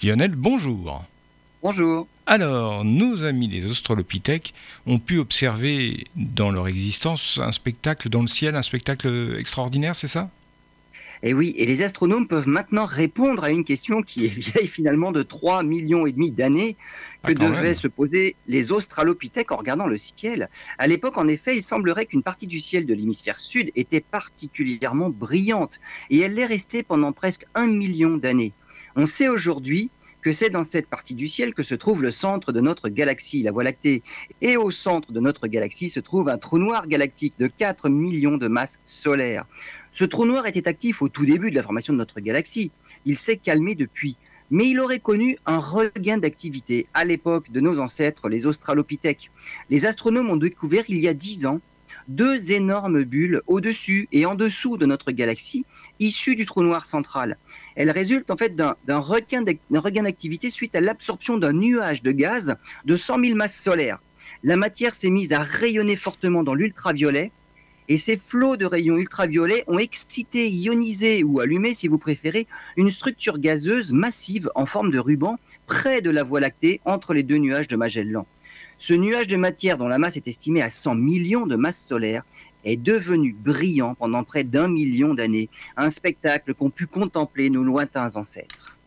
Lionel, bonjour. Bonjour. Alors, nos amis les australopithèques ont pu observer dans leur existence un spectacle dans le ciel, un spectacle extraordinaire, c'est ça? Et oui, et les astronomes peuvent maintenant répondre à une question qui est vieille finalement de 3 millions et demi d'années que Ah, quand devaient même. se poser les australopithèques en regardant le ciel. À l'époque, en effet, il semblerait qu'une partie du ciel de l'hémisphère sud était particulièrement brillante et elle l'est restée pendant presque 1 million d'années. On sait aujourd'hui que c'est dans cette partie du ciel que se trouve le centre de notre galaxie, la Voie lactée. Et au centre de notre galaxie se trouve un trou noir galactique de 4 millions de masses solaires. Ce trou noir était actif au tout début de la formation de notre galaxie. Il s'est calmé depuis. Mais il aurait connu un regain d'activité à l'époque de nos ancêtres, les australopithèques. Les astronomes ont découvert il y a 10 ans deux énormes bulles au-dessus et en dessous de notre galaxie, issues du trou noir central. Elles résultent en fait d'un regain d'activité suite à l'absorption d'un nuage de gaz de 100 000 masses solaires. La matière s'est mise à rayonner fortement dans l'ultraviolet et ces flots de rayons ultraviolets ont excité, ionisé ou allumé, si vous préférez, une structure gazeuse massive en forme de ruban près de la Voie lactée entre les deux nuages de Magellan. Ce nuage de matière dont la masse est estimée à 100 millions de masses solaires est devenu brillant pendant près d'1 million d'années, un spectacle qu'ont pu contempler nos lointains ancêtres.